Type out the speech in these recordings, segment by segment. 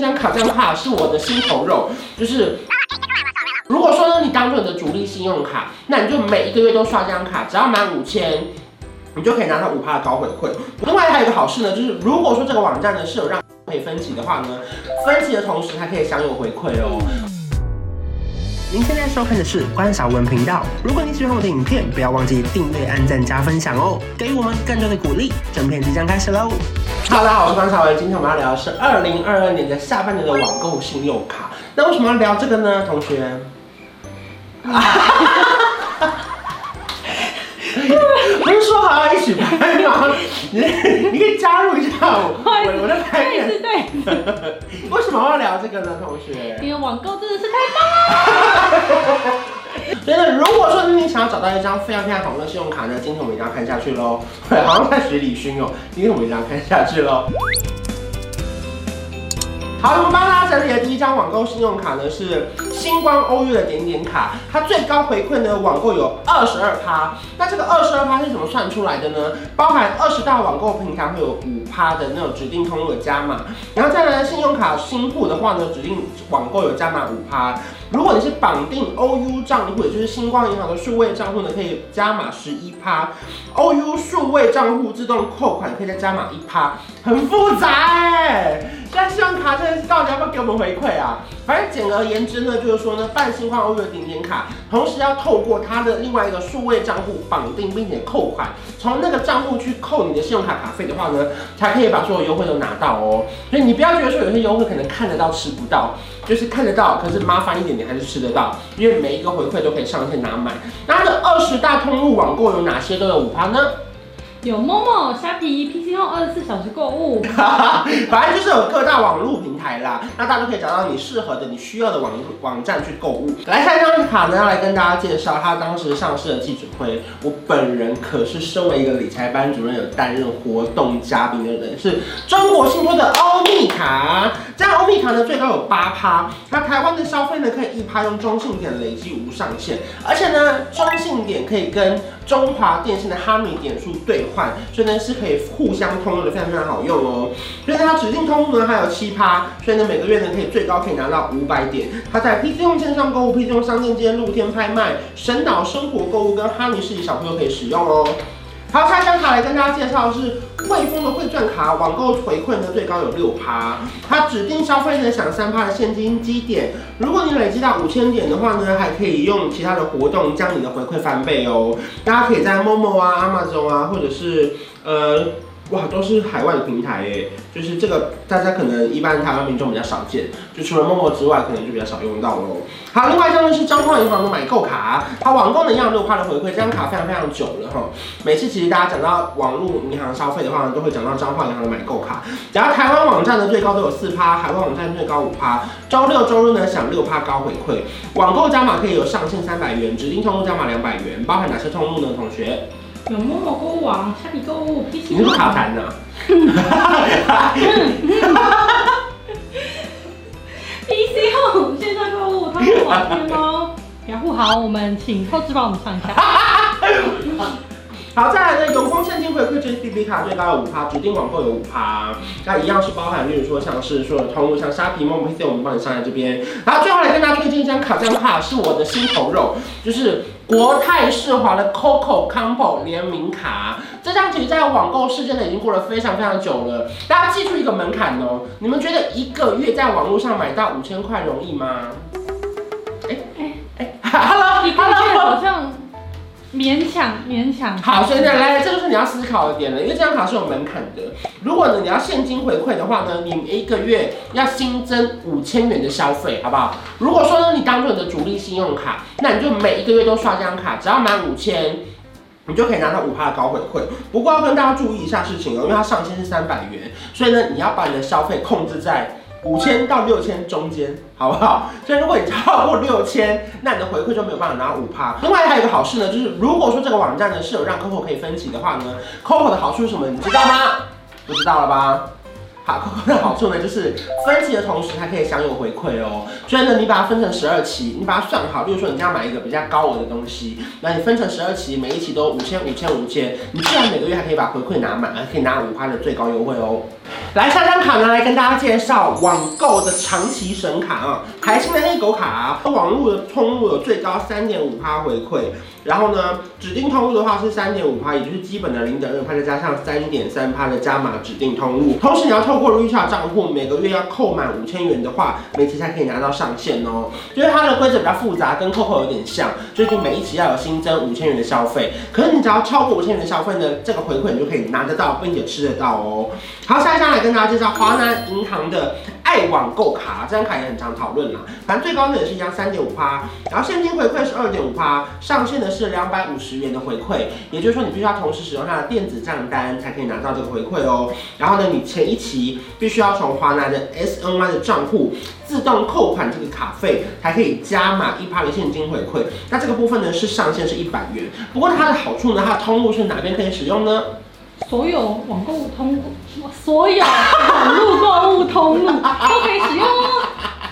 张卡这张卡是我的心头肉，就是如果说呢你当做你的主力信用卡，那你就每一个月都刷这张卡，只要满5000。你就可以拿到5%的高回馈。另外还有一个好事呢，就是如果说这个网站呢是有让可以分期的话呢，分期的同时还可以享有回馈哦。您现在收看的是关少文频道。如果你喜欢我的影片，不要忘记订阅、按赞、加分享哦，给予我们更多的鼓励。整片即将开始喽！大家好，我是关少文。今天我们要聊的是2022年的下半年的网购信用卡。那为什么要聊这个呢，同学？不是说好要一起拍吗？你可以加入一下我的拍片。对。为什么要聊这个呢，同学？ 因为网购真的是太棒了。 所以呢，如果说你想要找到一张非常好的信用卡呢，今天我们一定要看下去喽。对，好像在学李勋哦。今天我们一定要看下去喽。好，我们帮大家整理的第一张网购信用卡呢是星光欧月的点点卡，它最高回馈呢网购有22%。那这个22%是怎么算出来的呢？包含20大网购平台会有5%的那种指定通路的加码，然后再来信用卡新户的话呢，指定网购有加码5%。如果你是绑定 OU 账户，也就是星光银行的数位账户呢，可以加码11%。OU 数位账户自动扣款可以再加码1%，很复杂哎。现在信用卡真的是到底要不要给我们回馈啊？反正简而言之呢，就是说呢，办星光欧月的点点卡，同时要透过它的另外一个数位账户绑定，并且扣款，从那个账户去扣你的信用卡卡费的话呢，才可以把所有优惠都拿到哦。所以你不要觉得说有些优惠可能看得到吃不到，就是看得到，可是麻烦一点你还是吃得到，因为每一个回馈都可以上线拿买。那它的20大通路网购有哪些都有5%呢？ 有 Momo、虾皮、PC Home 24小时购物， 反正就是有各大网络平台啦，那大家都可以找到你适合的、你需要的网站去购物。来，下一张卡呢，要来跟大家介绍它当时上市的记者会。我本人可是身为一个理财班主任，有担任活动嘉宾的人，是中国信托的欧米卡。这样欧米卡呢，最高有8%。那台湾的消费呢，可以1%用中信点累积无上限，而且呢，中信点可以跟中华电信的哈米点数兑换，所以呢是可以互相通用的，非常好用哦。所以它指定通路呢还有7%，所以呢每个月呢最高可以拿到500点。它在 PC 用线上购物、PC 用商店街、露天拍卖、神岛生活购物跟哈尼市集小朋友可以使用哦。好，下一张卡来跟大家介绍的是汇丰的汇钻卡，网购回馈呢最高有6%，它指定消费呢享3%的现金积点，如果你累积到5000点的话呢，还可以用其他的活动将你的回馈翻倍哦。大家可以在 Momo 啊、Amazon 啊，或者是哇，都是海外的平台耶，就是这个大家可能一般台湾民众比较少见，就除了 Momo 之外，可能就比较少用到喽。好，另外一张呢是彰化银行的买购卡，它网购呢一样6%的回馈，这张卡非常久了哈。每次其实大家讲到网络银行消费的话呢，都会讲到彰化银行的买购卡。然后台湾网站的最高都有4%，海外网站最高5%。周六周日呢享6%高回馈，网购加码可以有上限300元，指定通路加码200元，包含哪些通路呢？同学？ 有 Momo 购物网、虾皮购物、PC 你是不是卡痰呢 ？PC Home 线上购物，通过网天猫、雅虎好，我们请透支帮我们上一下。 好，再来呢，永丰现金回馈 JCB 卡最高有5%，指定网购有5%，那一样是包含，例如说像是说通路，像虾皮、Momo、PC， 我们帮你上在这边。然后最后来跟大家推荐一张卡，这张卡是我的心头肉，就是国泰世华的 Coco Combo 联名卡。这张其实在网购世界呢已经过了非常久了，大家记住一个门槛哦，你们觉得一个月在网络上买到5000块容易吗？Hello， 一个月好像。勉强。 好，所以来，这就是你要思考的点了，因为这张卡是有门槛的。如果呢你要现金回馈的话呢，你一个月要新增5000元的消费，好不好？如果说呢你当做你的主力信用卡，那你就每一个月都刷这张卡，只要满5000。你就可以拿到5%的高回馈。不过要跟大家注意一下事情哦，因为它上限是300元，所以呢你要把你的消费控制在5000到6000中间，好不好？所以如果你超过6000，那你的回馈就没有办法拿到5%。另外还有一个好事呢，就是如果说这个网站呢是有让 Coco 可以分期的话呢 ，Coco 的好处是什么？你知道吗？不知道了吧？ 好，Coco 的好处呢，就是分期的同时还可以享有回馈哦。所以呢，你把它分成12期，你把它算好，例如说你要买一个比较高额的东西，那你分成12期，每一期都5000、5000，你自然每个月还可以把回馈拿满，还可以拿5%的最高优惠哦。来，下张卡呢，来跟大家介绍网购的长期神卡啊，台新的黑狗卡，网络的通路有最高3.5%回馈。然后呢，指定通路的话是3.5%，也就是基本的0.2%，再加上3.3%的加码指定通路。同时你要透过 Richart 账户，每个月要扣满5000元的话，每期才可以拿到上限哦。就是它的规则比较复杂，跟 Coco 有点像，就是每一期要有新增5000元的消费。可是你只要超过5000元的消费呢，这个回馈你就可以拿得到，并且吃得到哦。好，下一张来跟大家介绍华南银行的爱网购卡，这张卡也很常讨论啦。反正最高呢也是一样3.5%，然后现金回馈是2.5%，上限的是250元的回馈，也就是说你必须要同时使用它的电子账单才可以拿到这个回馈哦。然后呢，你前一期必须要从华南的 SNY 的账户自动扣款这个卡费，才可以加码1%的现金回馈。那这个部分呢是上限是100元，不过它的好处呢，它的通路是哪边可以使用呢？ 所有网购通路，所有网络购物通路都可以使用哦。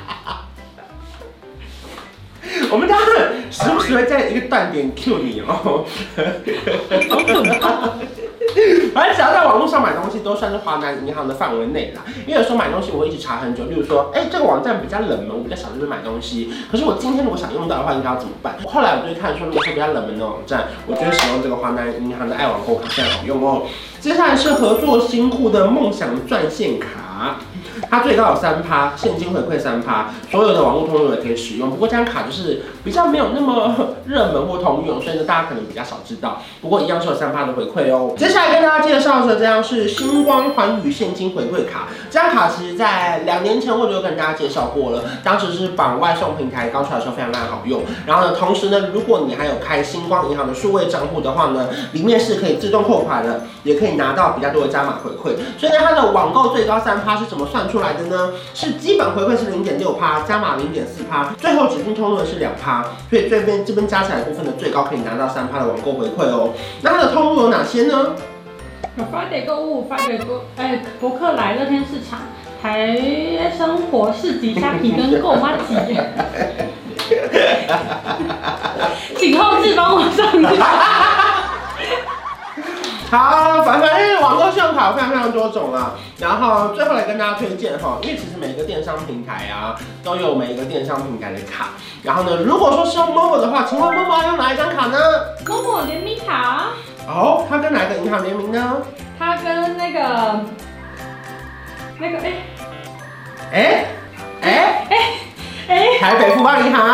我们当然时不时会在一个断点 Q 你哦。 好可怕！ 反正只要在网络上买东西，都算是华南银行的范围内啦。因为有时候买东西我会一直查很久，例如说，这个网站比较冷门，我比较少在这边买东西。可是我今天如果想用到的话，应该要怎么办？后来我就会看说，如果说比较冷门的网站，我就会使用这个华南银行的爱网购卡，非常好用哦。接下来是合作新户的梦想钻线卡。它最高有3%，现金回馈3%，所有的网络通路也可以使用。不过这张卡就是比较没有那么热门或通用，所以呢大家可能比较少知道。不过一样是有3%的回馈哦。接下来跟大家介绍的这张是星光环宇现金回馈卡。这张卡其实在2年前我就跟大家介绍过了，当时是绑外送平台刚出来的时候非常好用。然后呢，同时呢，如果你还有开星光银行的数位账户的话呢，里面是可以自动扣款的，也可以拿到比较多的加码回馈。所以呢，它的网购最高3%是怎么算出来的呢？是基本回馈是0.6%，加码0.4%，最后指定通路是2%，所以这边加起来部分的最高可以拿到3%的网购回馈哦。那它的通路有哪些呢？ 有 Friday 购物、Friday 博客来、乐天市场、台生活市集、虾皮跟购妈集。请后置帮我上架。 好，反正网购信用卡有非常多种啦。然后最后来跟大家推荐哈，因为其实每个电商平台啊都有每一个电商平台的卡。然后呢，如果说是用 Momo 的话，请问 Momo 要用哪一张卡呢 ？Momo 联名卡。 哦，它跟哪个银行联名呢？ 它跟那个台北富邦银行，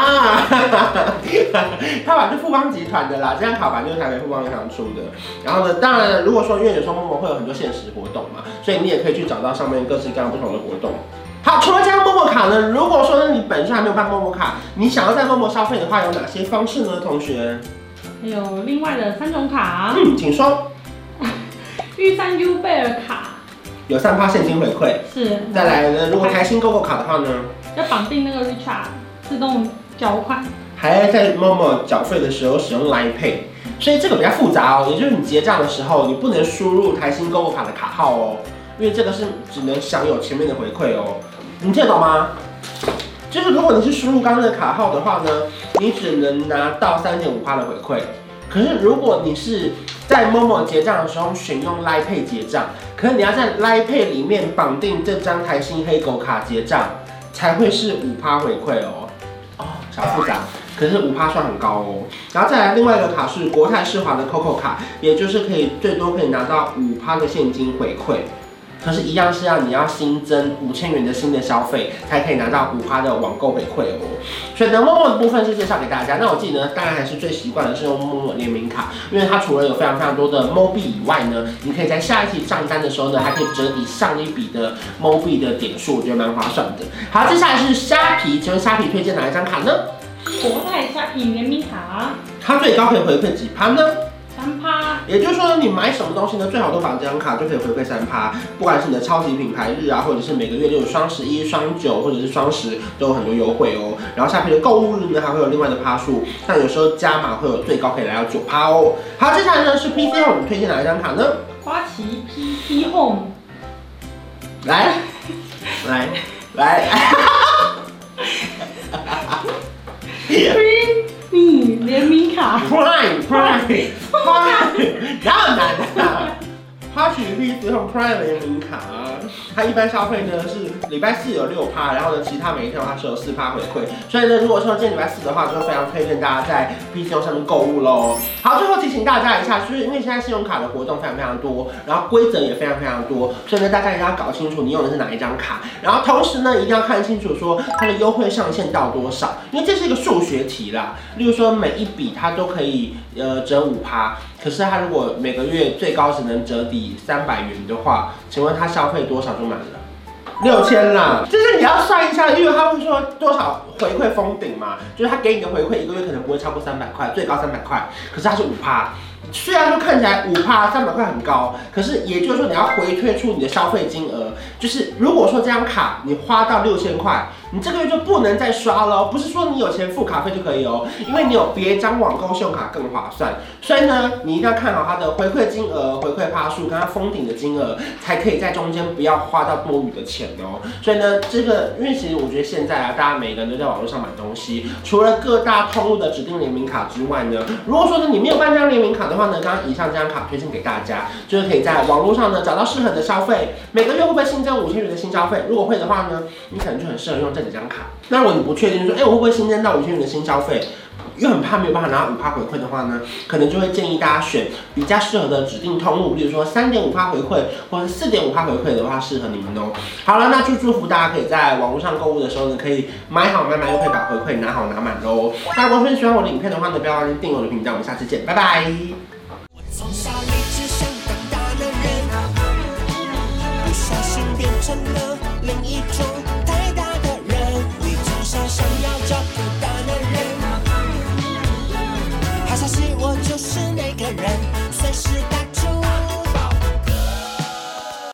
它版是富邦集团的啦，这张卡版就是台北富邦银行出的。然后呢，当然如果说因为有时候Momo会有很多限时活动嘛，所以你也可以去找到上面各式各样不同的活动。好，除了这张Momo卡呢，如果说你本身还没有办Momo卡，你想要在Momo消费的话，有哪些方式呢？同学？ 还有另外的3种卡。 请说。 玉山 U 贝尔卡有3%现金回馈。 是。 再来呢，如果台新购购卡的话呢？ 要绑定那个 Richart 自动缴款， 还要在 Momo 缴费的时候使用 Line Pay， 所以这个比较复杂哦。也就是你结账的时候，你不能输入台新购物卡的卡号哦，因为这个是只能享有前面的回馈哦。你听得懂吗？就是如果你是输入刚刚的卡号的话呢，你只能拿到3.5%的回馈。可是如果你是在 Momo 结账的时候选用 Line Pay 结账，可是你要在 Line Pay 里面绑定这张台新黑狗卡结账，才会是5%回馈哦。小复杂，可是5%算很高哦。然后再来另外一个卡是国泰世华的 Coco 卡，也就是最多可以拿到5%的现金回馈。可是，一样是你要新增5000元的新的消费，才可以拿到5%的网购回馈哦。所以呢，Momo 的部分是介绍给大家。那我自己呢，当然还是最习惯的是用 Momo 联名卡，因为它除了有非常多的 MO 币以外呢，你可以在下一期账单的时候呢，还可以折抵上一笔的 MO 币的点数，我觉得蛮划算的。好，接下来是虾皮，请问虾皮推荐哪一张卡呢？ 国泰虾皮联名卡。它最高可以回馈几%呢 ？3%， 也就是说，你买什么东西呢，最好都绑这张卡就可以回馈3%。不管是你的超级品牌日啊，或者是每个月都有双11、双9或者是双10，都有很多优惠哦。然后虾皮的购物日呢，还会有另外的趴数，像有时候加码会有最高可以来到9%哦。好，接下来呢是 PC Home， 推荐哪一张卡呢？ 花旗 PC Home。 来， 你联名卡 Prime， 哪有难的？花旗 PC 和 Prime 联名卡，它一般消费呢是礼拜四有6%，然后呢其他每一天的话是有4%回馈，所以呢如果说今天礼拜四的话，就非常推荐大家在 PC 上面购物喽。好，最后提醒大家一下，就是因为现在信用卡的活动非常多，然后规则也非常多，所以呢大家一定要搞清楚你用的是哪一张卡，然后同时呢一定要看清楚说它的优惠上限到多少，因为这是一个数学题啦。例如说每一笔它都可以折5%。可是他如果每个月最高只能折抵300元的话，请问他消费多少就满了？6000啦，就是你要算一下，因为他会说多少回馈封顶嘛，就是他给你的回馈一个月可能不会超过300块，最高300块，可是它是5%。虽然说看起来5%300块很高，可是也就是说你要回退出你的消费金额，就是如果说这张卡你花到6000块，你这个月就不能再刷了，不是说你有钱付卡费就可以哦，因为你有别张网购信用卡更划算，所以呢你一定要看好它的回馈金额、回馈趴数跟它封顶的金额，才可以在中间不要花到多余的钱哦。所以呢这个，因为其实我觉得现在大家每个人都在网络上买东西，除了各大通路的指定联名卡之外呢，如果说呢你没有办这张联名卡的话呢，刚刚以上这张卡推荐给大家，就是可以在网络上呢找到适合的消费，每个月会不会新增5000元的新消费？如果会的话呢，你可能就很适合用这几张卡。那如果你不确定说，我会不会新增到5000元的新消费，又很怕没有办法拿到5%回馈的话呢，可能就会建议大家选比较适合的指定通路，比如说3.5%回馈或者4.5%回馈的话，适合你们哦。好了，那就祝福大家可以在网络上购物的时候呢，可以买好买满，又可以把回馈拿好拿满喽。那如果说你喜欢我的影片的话呢，不要忘记订阅我的频道，我们下次见，拜拜。 从小立志想当大男人，不小心变成了另一种太大的人。你从小想要找个大男人，好消息我就是那个人，随时。